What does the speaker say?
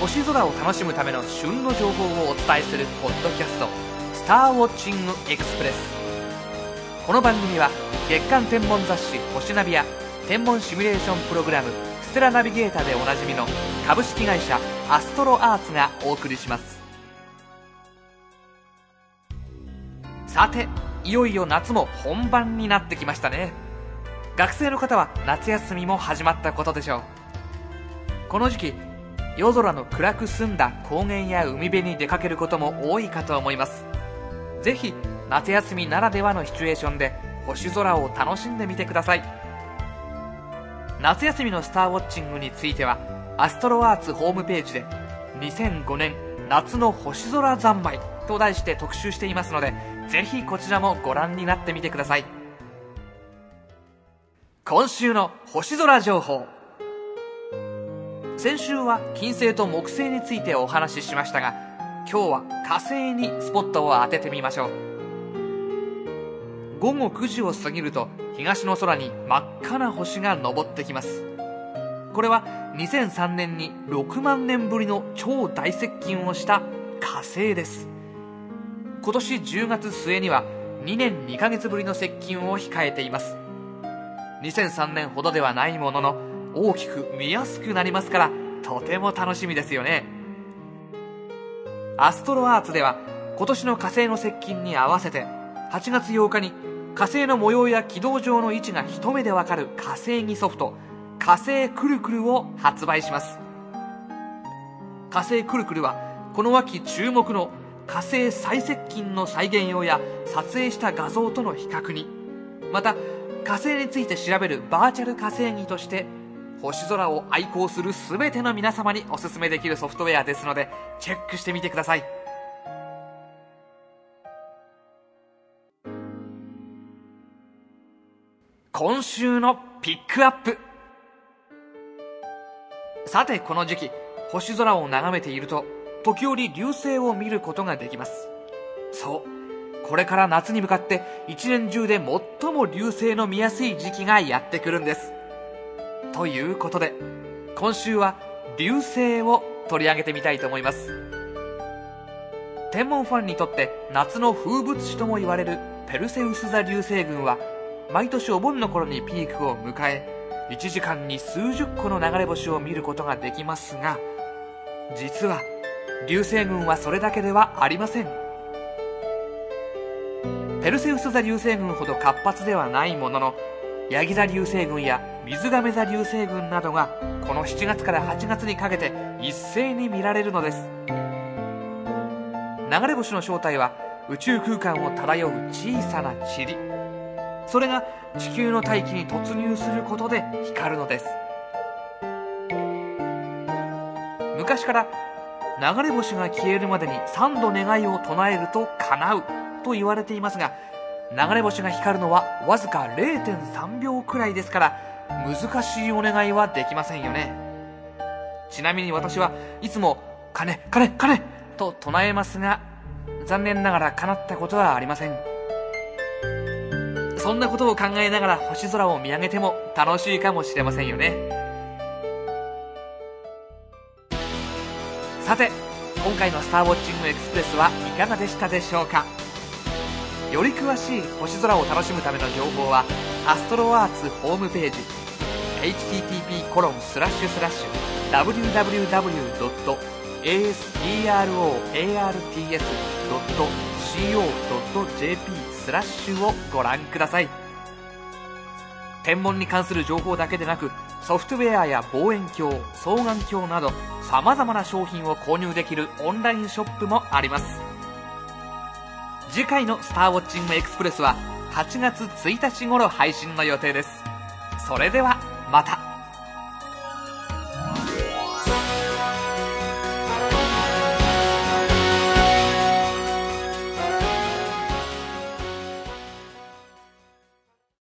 星空を楽しむための旬の情報をお伝えするポッドキャスト、スターウォッチングエクスプレス。この番組は月間天文雑誌星ナビや天文シミュレーションプログラムステラナビゲーターでおなじみの株式会社アストロアーツがお送りします。さて、いよいよ夏も本番になってきましたね。学生の方は夏休みも始まったことでしょう。この時期、夜空の暗く澄んだ高原や海辺に出かけることも多いかと思います。ぜひ夏休みならではのシチュエーションで星空を楽しんでみてください。夏休みのスターウォッチングについてはアストロアーツホームページで2005年夏の星空三昧と題して特集していますので、ぜひこちらもご覧になってみてください。今週の星空情報。先週は金星と木星についてお話ししましたが、今日は火星にスポットを当ててみましょう。午後9時を過ぎると東の空に真っ赤な星が昇ってきます。これは2003年に6万年ぶりの超大接近をした火星です。今年10月末には2年2ヶ月ぶりの接近を控えています。2003年ほどではないものの大きく見やすくなりますから、とても楽しみですよね。アストロアーツでは今年の火星の接近に合わせて8月8日に火星の模様や軌道上の位置が一目でわかる火星儀ソフト、火星くるくるを発売します。火星くるくるはこの秋注目の火星最接近の再現用や撮影した画像との比較に、また火星について調べるバーチャル火星儀として星空を愛好する全ての皆様におすすめできるソフトウェアですので、チェックしてみてください。今週のピックアップ。さて、この時期星空を眺めていると時折流星を見ることができます。そう、これから夏に向かって一年中で最も流星の見やすい時期がやってくるんです。ということで今週は流星を取り上げてみたいと思います。天文ファンにとって夏の風物詩とも言われるペルセウス座流星群は毎年お盆の頃にピークを迎え、1時間に数十個の流れ星を見ることができますが、実は流星群はそれだけではありません。ペルセウス座流星群ほど活発ではないものの、ヤギ座流星群や水亀座流星群などがこの7月から8月にかけて一斉に見られるのです。流れ星の正体は宇宙空間を漂う小さな塵、それが地球の大気に突入することで光るのです。昔から流れ星が消えるまでに3度願いを唱えると叶うと言われていますが、流れ星が光るのはわずか 0.3 秒くらいですから、難しいお願いはできませんよね。ちなみに私はいつも鐘鐘鐘と唱えますが、残念ながら叶ったことはありません。そんなことを考えながら星空を見上げても楽しいかもしれませんよね。さて、今回のスターウォッチングエクスプレスはいかがでしたでしょうか。より詳しい星空を楽しむための情報はアストロアーツホームページ http://www.astroarts.co.jp/ をご覧ください。天文に関する情報だけでなく、ソフトウェアや望遠鏡、双眼鏡など様々な商品を購入できるオンラインショップもあります。次回のスターウォッチングエクスプレスは8月1日頃配信の予定です。それではまた。